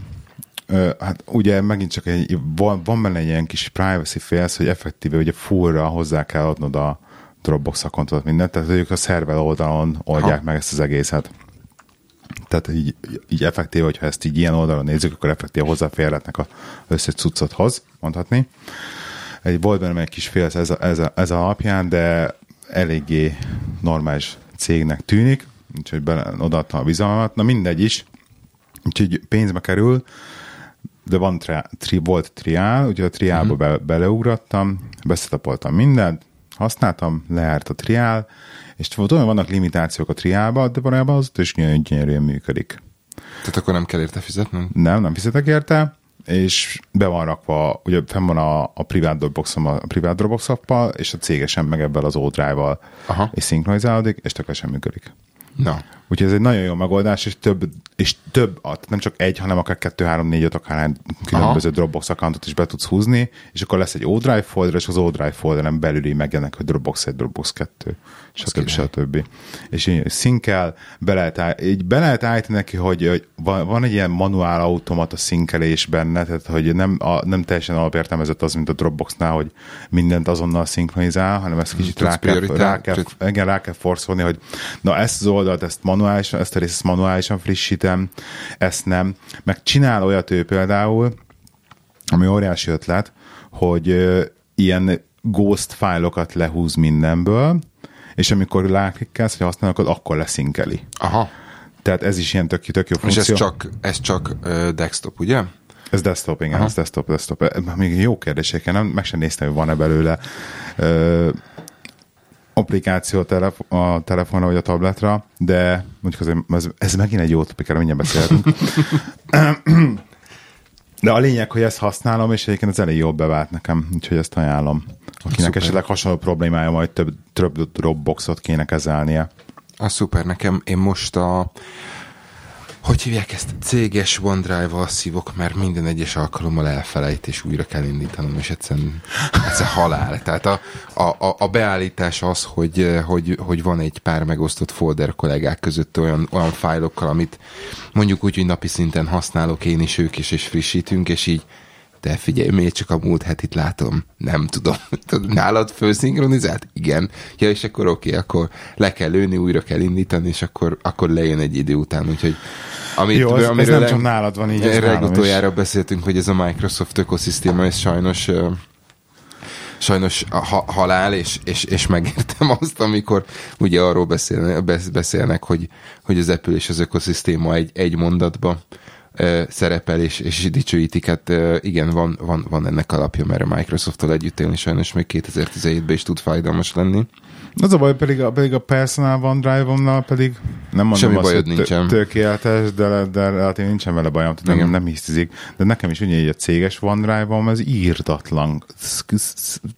Hát ugye megint csak egy, van, van benne egy ilyen kis privacy félsz, hogy effektíve ugye fullra hozzá kell adnod a Dropbox accountot mindent, tehát ők a szerver oldalon oldják Aha. meg ezt az egészet. Tehát így, így effektíve, hogyha ezt így ilyen oldalon nézzük, akkor effektíve hozzáférhetnek az összes cuccothoz, mondhatni. Egy, volt benne egy kis félsz ez, a, ez, a, ez a alapján, de eléggé normális cégnek tűnik, úgyhogy odaadtam a bizalmat. Na mindegy is, úgyhogy pénzbe kerül, de van tri, tri, volt triál, úgyhogy a triálba uh-huh. be, beleugrattam, beszetapoltam mindent, használtam, leárt a triál, és tudom, vannak limitációk a triálban, de valójában az is gyönyörűen működik. Tehát akkor nem kell érte fizetnünk? Nem, nem fizetek érte, és be van rakva, ugye fenn van a, a privát Dropbox-om, a privát Dropbox appal, és a cégesen meg ebből az ODrive-val és szinkronizálódik, és tökéletesen működik. No. Úgyhogy ez egy nagyon jó megoldás, és több, és több nem csak egy, hanem akár kettő, három, négy, öt, akár különböző Aha. Dropbox accountot is be tudsz húzni, és akkor lesz egy ODrive folder, és az ODrive folderen belüli megjelennek, hogy Dropbox egy, Dropbox kettő, stb. stb. És így szinkel, be lehet, így be lehet állítani neki, hogy, hogy van, van egy ilyen manuál automata szinkelés benne, tehát hogy nem, a, nem teljesen alapértelmezett az, mint a Dropboxnál, hogy mindent azonnal szinkronizál, hanem ezt kicsit rá kell, rá, kell, igen, rá kell forszolni, hogy na ezt az oldalt, ezt manuálisan, ezt a részt manuálisan frissítem, ezt nem. Meg csinál olyat ő például, ami óriási ötlet, hogy uh, ilyen ghost fájlokat lehúz mindenből, és amikor ráklikkelsz, hogy használod, akkor leszinkeli. Aha. Tehát ez is ilyen tök, tök jó funkció. És ez csak, ez csak uh, desktop, ugye? Ez desktop, igen, Aha. ez desktop, desktop. Még jó kérdések, nem, meg sem néztem, hogy van-e belőle uh, applikáció a, telef- a telefonra vagy a tabletra, de mondjuk azért, ez, ez megint egy jó topik, erre mindjárt beszélhetünk. De a lényeg, hogy ezt használom, és egyébként ez elég jól bevált nekem, úgyhogy ezt ajánlom. Akinek szuper. Esetleg hasonló problémája, majd több, több Dropboxot kéne kezelnie. A szuper, nekem én most a hogy hívják ezt? Céges OneDrive-val szívok, mert minden egyes alkalommal elfelejt, és újra kell indítanom, és egyszerűen, egyszerűen halál. Tehát a, a, a beállítás az, hogy, hogy, hogy van egy pár megosztott folder kollégák között olyan, olyan fájlokkal, amit mondjuk úgy, hogy napi szinten használok én is, ők is, és frissítünk, és így de figyelj, miért csak a múlt hetit látom? Nem tudom. Nálad fölszinkronizált? Igen. Ja, és akkor oké, okay, akkor le kell lőni, újra kell indítani, és akkor, akkor lejön egy idő után. Úgyhogy amit, jó, ez, ez nem csak nálad van, így ez legutoljára beszéltünk, hogy ez a Microsoft ökoszisztéma, ez sajnos uh, sajnos ha, halál, és, és, és megértem azt, amikor ugye arról beszélnek, beszélnek hogy, hogy az Apple és az ökoszisztéma egy, egy mondatba Uh, szerepel, és, és dicsőítik, hát uh, igen, van, van, van ennek alapja, mert a Microsoft-tal együtt élni sajnos még kétezer-tizenhétben is tud fájdalmas lenni. Az a baj, pedig a, pedig a Personal OneDrive-onnal pedig nem mondom azt, hogy nincsen. Tökéletes, de, de relatív nincsen vele bajom, tehát nem, nem hisztizik. De nekem is ugye egy a céges OneDrive-om, ez írdatlan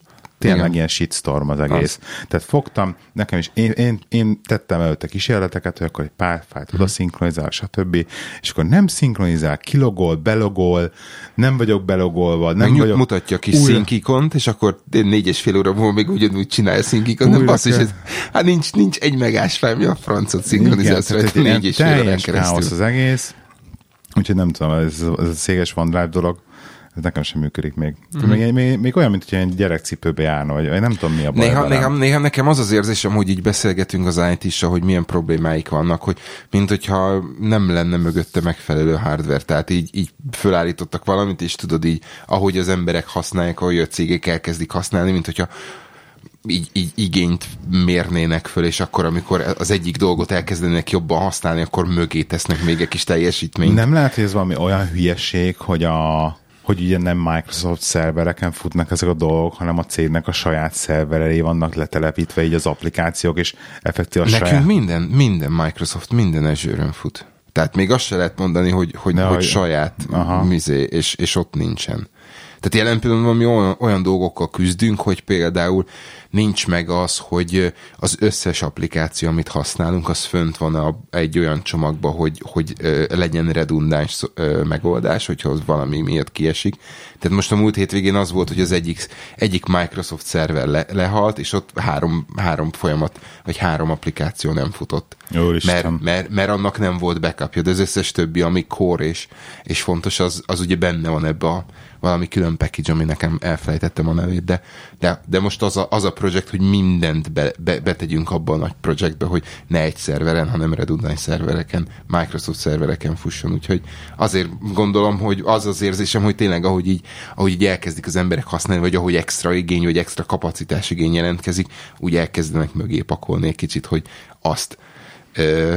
tényleg Igen. ilyen shitstorm az egész. Az. Tehát fogtam, nekem is, én, én, én tettem előtte kísérleteket, hogy akkor egy pár fájt oda szinkronizál, stb. És akkor nem szinkronizál, kilogol, belogol, nem vagyok belogolva, nem Meg vagyok... mutatja a kis újra... szinkikont, és akkor négy és fél óra múlva még ugyanúgy csinálja szinkikont, nem basszus, ez, hát nincs, nincs egy megás fel, mi a francot szinkronizálsz rajta négy és fél órán keresztül. Az egész, úgyhogy nem tudom, ez, ez a széges OneDrive dolog, ez nekem sem működik még. Mm-hmm. Még, még, még olyan, mint hogyha egy gyerekcipőbe járna, vagy nem tudom, mi a baj. Néha, néha, néha nekem az az érzésem, hogy így beszélgetünk az í té-ssal, hogy milyen problémáik vannak, hogy mint hogyha nem lenne mögötte megfelelő hardware, tehát így, így fölállítottak valamit, és tudod így, ahogy az emberek használják, ahogy a cégek elkezdik használni, mint hogyha így, így igényt mérnének föl, és akkor, amikor az egyik dolgot elkezdenek jobban használni, akkor mögé tesznek még egy kis teljesítményt. Nem lehet, hogy ez valami olyan hülyeség, hogy a hogy ugye nem Microsoft szervereken futnak ezek a dolgok, hanem a cégnek a saját szerverei vannak letelepítve így az applikációk, és effektív a Nekünk saját... minden, minden Microsoft, minden Azure-ön fut. Tehát még azt se lehet mondani, hogy, hogy, hogy, hogy saját mizé, és, és ott nincsen. Tehát jelen pillanatban mi olyan, olyan dolgokkal küzdünk, hogy például nincs meg az, hogy az összes applikáció, amit használunk, az fönt van a, egy olyan csomagban, hogy, hogy legyen redundáns megoldás, hogyha az valami miatt kiesik. Tehát most a múlt hétvégén az volt, hogy az egyik, egyik Microsoft szerver le, lehalt, és ott három, három folyamat, vagy három applikáció nem futott. Mert, mert, mert annak nem volt backupja, de az összes többi, ami core és, és fontos, az, az ugye benne van ebbe a valami külön package, ami nekem elfelejtettem a nevét, de, de, de most az a, az a projekt, hogy mindent be, be, betegyünk abban a nagy projektbe, hogy ne egy szerveren, hanem redundáns szervereken, Microsoft szervereken fusson, úgyhogy azért gondolom, hogy az az érzésem, hogy tényleg ahogy így, ahogy így elkezdik az emberek használni, vagy ahogy extra igény, vagy extra kapacitás igény jelentkezik, úgy elkezdenek mögé pakolni egy kicsit, hogy azt ö...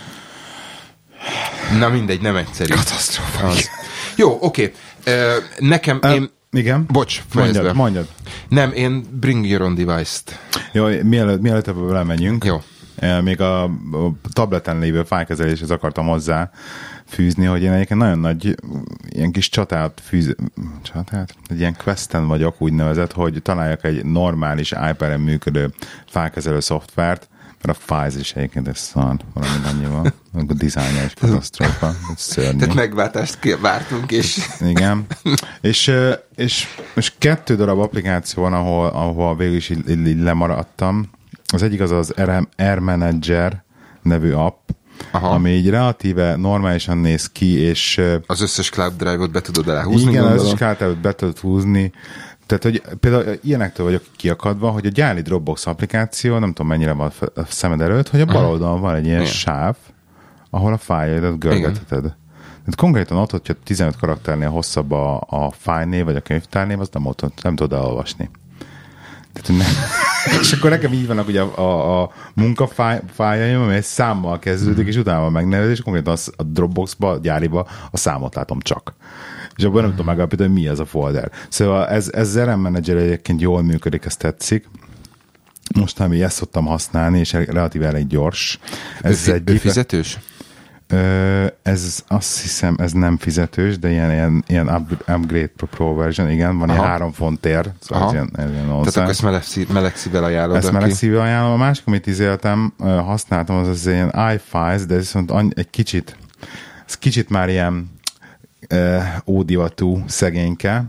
na mindegy, nem egyszerű. Katasztrófa. Jó, oké. Okay. Uh, nekem uh, én... Igen? Bocs, mondjad, mondjad. Nem, én bring your own device-t. Jó, mielőtt, mielőtt ebből belemegyünk. Jó. Még a, a tableten lévő fájkezeléshez akartam hozzá fűzni, hogy én egyébként nagyon nagy ilyen kis csatát fűz... Csatát? Egy ilyen questen vagyok úgynevezett, hogy találjak egy normális iPad-en működő fájkezelő szoftvert, mert a Files is egyébként ez szan, valami annyival. A dizájnja is katasztrófa. Szörnyű. Tehát megváltást vártunk, és... Igen. és, és, és kettő darab applikáció van, ahol, ahol végül is így, így lemaradtam. Az egyik az az Air Manager nevű app, aha, ami így relatíve normálisan néz ki, és... Az összes Cloud Drive-ot be tudod elhúzni? Igen, az összes Cloud Drive-ot be tudod húzni. Tehát, hogy például ilyenektől vagyok kiakadva, hogy a gyári Dropbox applikáció, nem tudom mennyire van a szemed előtt, hogy a bal oldalon van egy ilyen igen. sáv, ahol a fájljaidat görgetheted. Tehát konkrétan ott, hogyha tizenöt karakternél hosszabb a, a fájlnév, vagy a könyvtárnév, azt nem, ott, nem tudod elolvasni. Tehát, nem. És akkor nekem így vannak ugye a, a, a munkafájljaim, amely egy számmal kezdődik, és utána van megnevezés, és konkrétan a Dropboxba, a gyáriba a számot látom csak. És abban nem tudom megállapítani, hogy mi az a folder. Szóval ez, ez er em Manager egyébként jól működik, ezt tetszik. Most mi ezt szoktam használni, és relatíve elég gyors. Ez ő, egy ő fizetős? Ö, ez azt hiszem, ez nem fizetős, de ilyen, ilyen, ilyen upgrade pro version, igen, van aha. ilyen három fontért. Szóval ez ilyen, ez ilyen tehát akkor ezt meleg, szív, meleg szívvel ajánlod. Ezt meleg szívvel ajánlom. A másik, amit izéltem, használtam, az az ilyen iFiles, de ez viszont egy kicsit, ez kicsit már ilyen uh, ódivatú szegényke.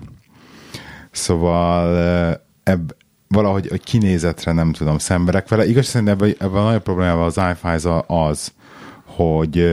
Szóval uh, ebb, valahogy hogy kinézetre nem tudom, szemberek vele. Igaz, szerintem ebben, ebben a nagy problémával az iFiles az, hogy,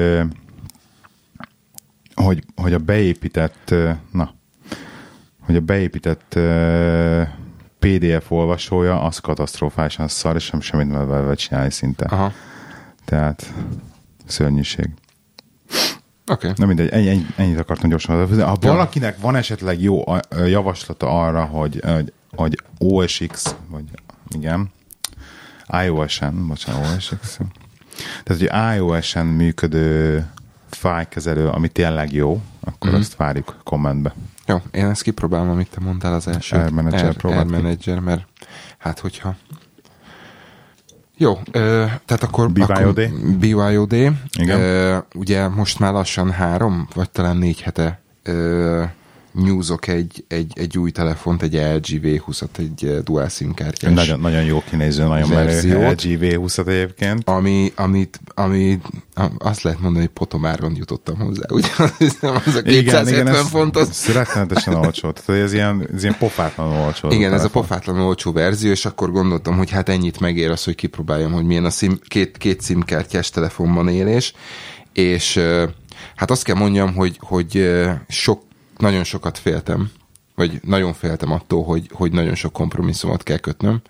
hogy, hogy a beépített na, hogy a beépített pé dé ef olvasója az katasztrofálisan szar, és sem semmit vele csinálni szinte. Aha. Tehát szörnyűség. Oké. Okay. Na mindegy, ennyi, ennyi, ennyit akartam gyorsan. Ha valakinek van esetleg jó javaslata arra, hogy, hogy, hogy o es iksz, vagy igen, iOS-en, bocsánat, o es iksz, tehát, hogy iOS-en működő fájlkezelő, ami tényleg jó, akkor mm-hmm. azt várjuk kommentbe. Jó, én ezt kipróbálom, amit te mondtál az első. Air Manager, Air, Air Manager, mert hát hogyha... Jó, ö, tehát akkor... bé wáj o dé? bé wáj o dé. Igen. Ö, ugye most már lassan három, vagy talán négy hete ö, newsok egy, egy, egy új telefont, egy el gé vé húszat, egy dual SIM kártyás. Nagyon, nagyon jó kinéző, nagyon menő el gé vé húszat egyébként. Ami, amit, ami, azt lehet mondani, hogy potomáron jutottam hozzá. Ugye az a kétszázhetven fontos. Rettenetesen olcsó. Tehát ez ilyen, ez ilyen pofátlanul olcsó. Igen, ez a pofátlanul olcsó verzió, és akkor gondoltam, hogy hát ennyit megér az, hogy kipróbáljam, hogy milyen a szim, két, két SIM-kártyás telefonban élés, és hát azt kell mondjam, hogy, hogy sok, nagyon sokat féltem, vagy nagyon féltem attól, hogy, hogy nagyon sok kompromisszumot kell kötnöm.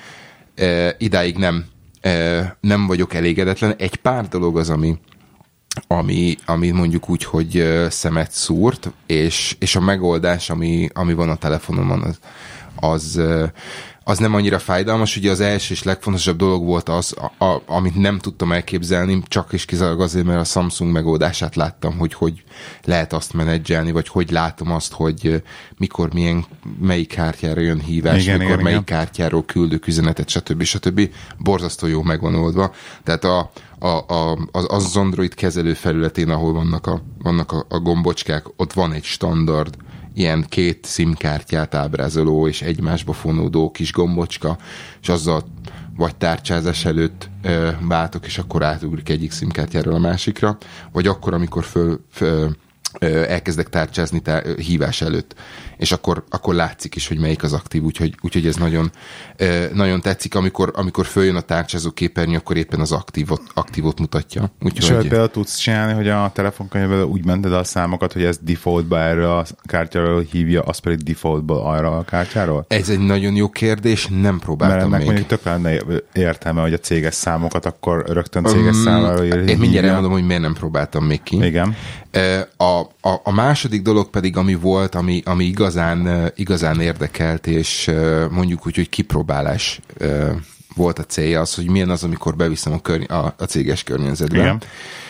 E, idáig nem, e, nem vagyok elégedetlen. Egy pár dolog az, ami, ami, ami mondjuk úgy, hogy szemet szúrt, és, és a megoldás, ami, ami van a telefonomon, az, az, az nem annyira fájdalmas. Ugye az első és legfontosabb dolog volt az, a, a, amit nem tudtam elképzelni, csak és kizárólag azért, mert a Samsung megoldását láttam, hogy hogy lehet azt menedzselni, vagy hogy látom azt, hogy mikor milyen, melyik kártyára jön hívás, igen, mikor igen, melyik igen. kártyáról küldök üzenetet, stb. stb. Borzasztó jó megvan oldva. Tehát a, a, a, az, az Android kezelő felületén, ahol vannak a, vannak a, a gombocskák, ott van egy standard ilyen két SIM-kártyát ábrázoló és egymásba fonódó kis gombocska, és azzal vagy tárcsázás előtt ö, váltok, és akkor átugrik egyik SIM-kártyáról a másikra, vagy akkor, amikor föl, föl ö, elkezdek tárcsázni tá- hívás előtt, és akkor, akkor látszik is, hogy melyik az aktív, úgyhogy, úgyhogy ez nagyon, ö, nagyon tetszik, amikor, amikor följön a tárcsázó képernyő, akkor éppen az aktívot, aktívot mutatja. Úgyhogy... És például tudsz csinálni, hogy a telefonkönyvben úgy mented a számokat, hogy ez defaultba erre a kártyáról hívja, az pedig defaultba arra a kártyáról? Ez egy nagyon jó kérdés, nem próbáltam még. Mert ennek mondjuk tök lenne értelme, hogy a céges számokat akkor rögtön céges um, számára hívja. Én mindjárt elmondom, hogy miért nem próbáltam még ki. Igen. A, a, a második dolog pedig, ami volt, ami, ami igazán, igazán érdekelt, és mondjuk úgy, hogy kipróbálás volt a célja, az, hogy milyen az, amikor beviszem a, körny- a, a céges környezetbe. Igen.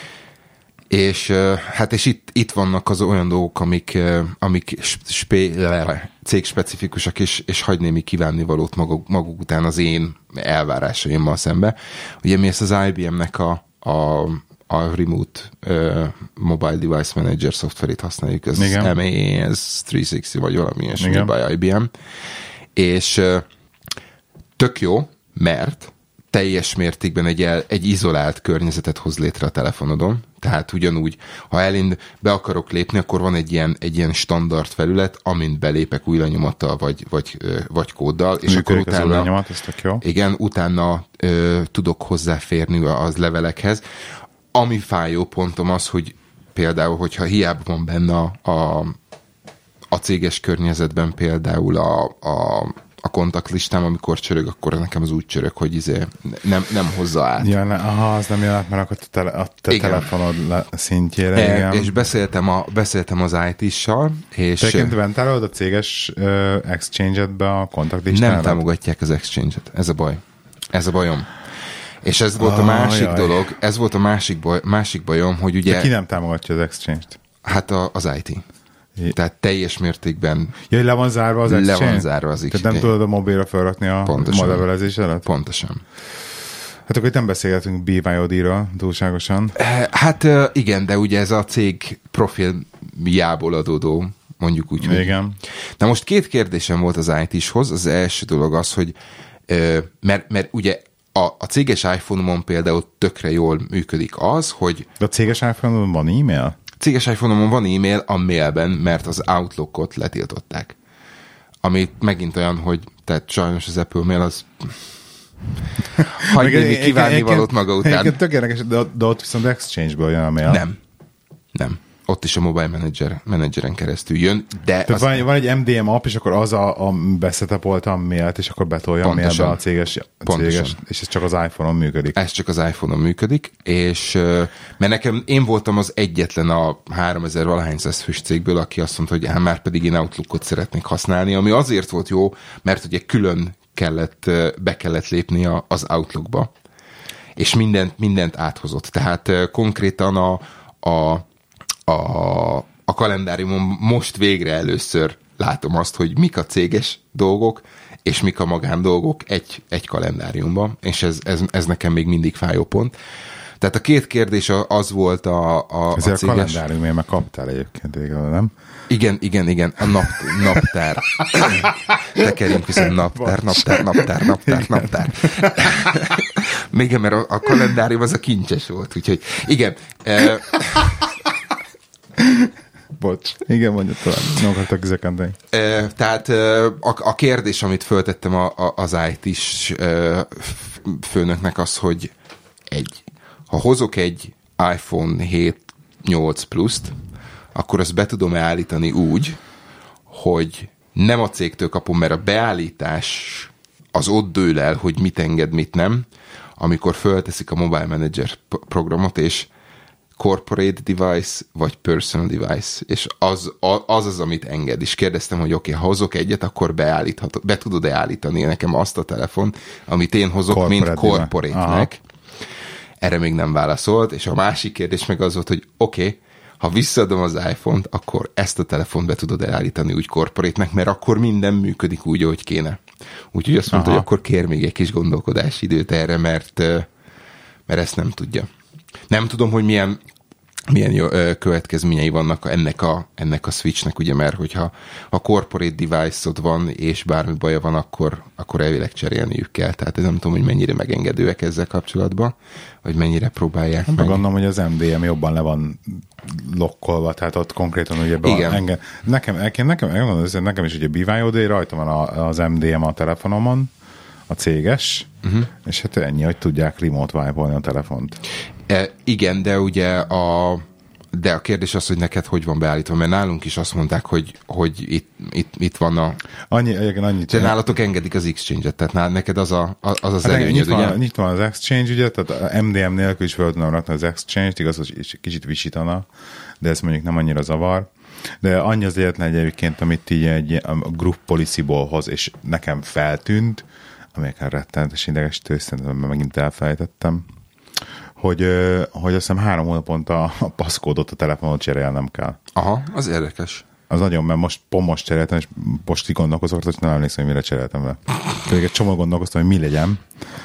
És hát és itt, itt vannak az olyan dolgok, amik, amik spé- cégspecifikusak, és, és hagy némi kívánnivalót maguk, maguk után az én elvárásaimmal szembe. Ugye mi ezt az i bé em-nek a, a a Remote uh, Mobile Device Manager szoftverét használjuk, ez em á es háromszázhatvan vagy valami ilyesmi by i bé em. És uh, tök jó, mert teljes mértékben egy, el, egy izolált környezetet hoz létre a telefonodon. Tehát ugyanúgy, ha elind be akarok lépni, akkor van egy ilyen, egy ilyen standard felület, amint belépek új lenyomattal, vagy, vagy, vagy kóddal, és működik akkor utána, lenyomat, ez tök jó. Igen, utána ö, tudok hozzáférni az levelekhez. Ami fájó pontom az, hogy például, hogyha hiába van benne a, a, a céges környezetben például a, a, a kontaktlistám, amikor csörög, akkor nekem az úgy csörög, hogy izé nem, nem hozza át. Ja, ne, aha, az nem jön át, mert akkor a te, a te telefonod le, szintjére. E, igen. És beszéltem, a, beszéltem az í té-ssal, és... Te ventálod a céges uh, Exchange-et be a kontaktlistára? Nem támogatják az Exchange-et. Ez a baj. Ez a bajom. És ez volt ah, a másik jaj. dolog, ez volt a másik, baj, másik bajom, hogy ugye... De ki nem támogatja az Exchange-t? Hát a, az í té. É. Tehát teljes mértékben... Ja, le van zárva az Exchange? Le van zárva az Exchange. Tehát nem tudod a mobilra felrakni a modellvelezés előtt? Pontosan. Hát akkor itt nem beszélgetünk bé vé o dé-ről túlságosan. Hát igen, de ugye ez a cég profiljából adódó, mondjuk úgy. Igen. Hogy... Na most két kérdésem volt az í té-shoz. Az első dolog az, hogy mert, mert ugye A, a céges iPhone-on például tökre jól működik az, hogy... De a céges iPhone-on van e-mail? Céges iPhone-on van e-mail a mailben, mert az Outlook-ot letiltották. Ami megint olyan, hogy tehát sajnos az Apple Mail az... Hagy némi kívánnivalót maga után. Tök érdekes, de, de ott viszont Exchange-ből jön a mail. Nem. Nem. Ott is a mobile manager, manageren keresztül jön, de... Tehát az... van, van egy em dé em app, és akkor az a, a beszetapolta a mailt, és akkor betolja pontosan, a mailbe a céges, céges, és ez csak az iPhone-on működik. Ez csak az iPhone-on működik, és mert nekem, én voltam az egyetlen a háromezer valahány száz fős cégből, aki azt mondta, hogy hát már pedig én Outlookot szeretnék használni, ami azért volt jó, mert ugye külön kellett, be kellett lépni a, az Outlookba, és mindent, mindent áthozott. Tehát konkrétan a, a A, a kalendáriumon most végre először látom azt, hogy mik a céges dolgok, és mik a magán dolgok egy, egy kalendáriumban, és ez, ez, ez nekem még mindig fájó pont. Tehát a két kérdés az volt a, a, ezért a céges... a kalendáriumért meg kaptál egyébként végül, nem? Igen, igen, igen, a nap, naptár. Tekerjünk viszont naptár, naptár, naptár, naptár, naptár. Még mert a, a kalendárium az a kincses volt, úgyhogy igen. E... Bocs. Igen, mondja tovább. Nem akartak üzekenteni. E, tehát a, a kérdés, amit föltettem a, a, az í té-s e, főnöknek az, hogy egy, ha hozok egy iPhone hét nyolc pluszt, akkor azt be tudom-e állítani úgy, hogy nem a cégtől kapom, mert a beállítás az ott dől el, hogy mit enged, mit nem, amikor fölteszik a Mobile Manager programot, és corporate device, vagy personal device, és az az, az amit enged. És kérdeztem, hogy oké, okay, ha hozok egyet, akkor beállíthatod, be tudod-e állítani nekem azt a telefont, amit én hozok, corporate mint corporate-nek. Erre még nem válaszolt, és a másik kérdés meg az volt, hogy oké, okay, ha visszaadom az iPhone-t, akkor ezt a telefont be tudod elállítani úgy corporate-nek, mert akkor minden működik úgy, ahogy kéne. Úgyhogy azt mondta, Aha. hogy akkor kér még egy kis gondolkodási időt erre, mert, mert ezt nem tudja. Nem tudom, hogy milyen, milyen jó, ö, következményei vannak ennek a, ennek a switchnek, ugye, mert hogyha a corporate device-od van, és bármi baja van, akkor, akkor elvileg cserélniük kell. Tehát ez nem tudom, hogy mennyire megengedőek ezzel kapcsolatban, vagy mennyire próbálják hát meg. Gondolom, hogy az em dé em jobban le van lokkolva, tehát ott konkrétan ugye be van, engem, nekem, nekem, nekem, nekem, nekem is ugye bé vé o dé, rajta van az em dé em a telefonomon, a céges, uh-huh. és hát ennyi, hogy tudják remote wipe-olni a telefont. E, igen, de ugye a, de a kérdés az, hogy neked hogy van beállítva, mert nálunk is azt mondták, hogy, hogy itt, itt, itt van a... Annyi, igen, annyit. De nálatok engedik az Exchange-et, tehát nál, neked az a, az, az hát előnyöd, ugye? Van, nyitva van az Exchange, ugye, tehát em dé em nélkül is fel tudnám rakni az Exchange-t, igaz, hogy kicsit visítana, de ez mondjuk nem annyira zavar. De annyi az egyetlen egyébként, amit így egy a group policy-ból hoz, és nekem feltűnt, amelyeken rettenetes idegesítő, szerintem megint elfelejtettem, hogy, hogy azt hiszem három hónaponta a passzkódot a telefonot cserélnem kell. Aha, az érdekes. Az nagyon, mert most pont most cseréltem, és most így gondolkozok, hogy nem emlékszem, hogy mire cseréltem le. Pedig egy csomó gondolkoztam, hogy mi legyen.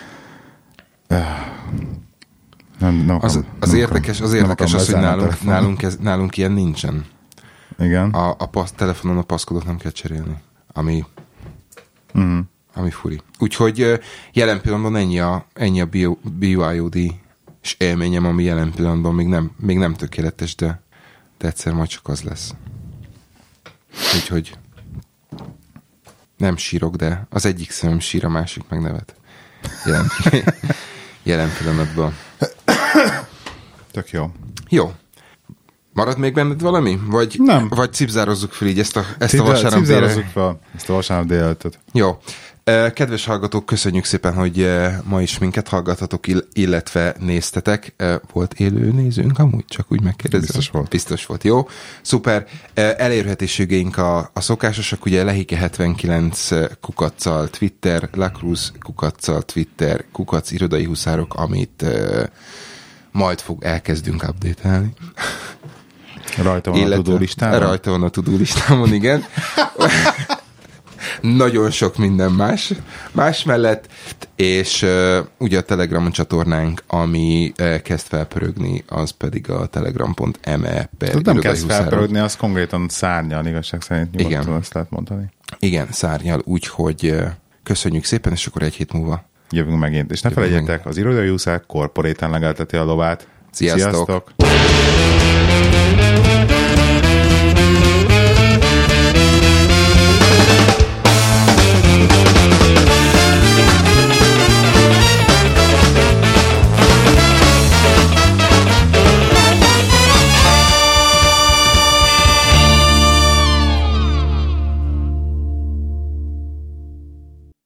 Nem, nem az akarom, az nem érdekes, az, érdekes az, hogy nálunk, nálunk, ez, nálunk ilyen nincsen. Igen. A, a pasz, telefonon a passzkódot nem kell cserélni. Ami... Mm. Ami furi. Úgyhogy jelen pillanatban ennyi a, ennyi a bé vé o dé és élményem, ami jelen pillanatban még nem, még nem tökéletes, de, de egyszer majd csak az lesz. Úgyhogy nem sírok, de az egyik szemem sír, a másik meg nevet. Jelen, jelen pillanatban. Tök jó. Jó. Marad még benned valami? Vagy, nem. Vagy cipzározzuk fel így ezt a, ezt Cipzá, a vasárnap cipzározzuk fel ezt a vasárnap délelőtöt. Jó. Kedves hallgatók, köszönjük szépen, hogy ma is minket hallgatatok, illetve néztetek. Volt élő nézőnk amúgy? Csak úgy megkérdezem. Biztos volt. Biztos volt, jó. Szuper. Elérhetőségeink a, a szokásosak, ugye Lehike hetvenkilenc kukaccal Twitter, Lacruz kukaccal Twitter, kukac irodai huszárok, amit uh, majd fog elkezdünk update-elni. Rajta van illetve, a tudólistámon? Rajta van a tudólistámon, igen. Nagyon sok minden más, más mellett, és uh, ugye a Telegram csatornánk, ami uh, kezd felpörögni, az pedig a telegram pont me per nem kezd felpörögni, az konkrétan szárnyal, igazság szerint nyugodtan ezt lehet mondani. Igen, szárnyal, úgyhogy uh, köszönjük szépen, és akkor egy hét múlva jövünk megint. És ne felejtjetek, az irodai úszák korporéten legelteti a lovát. Sziasztok! Sziasztok.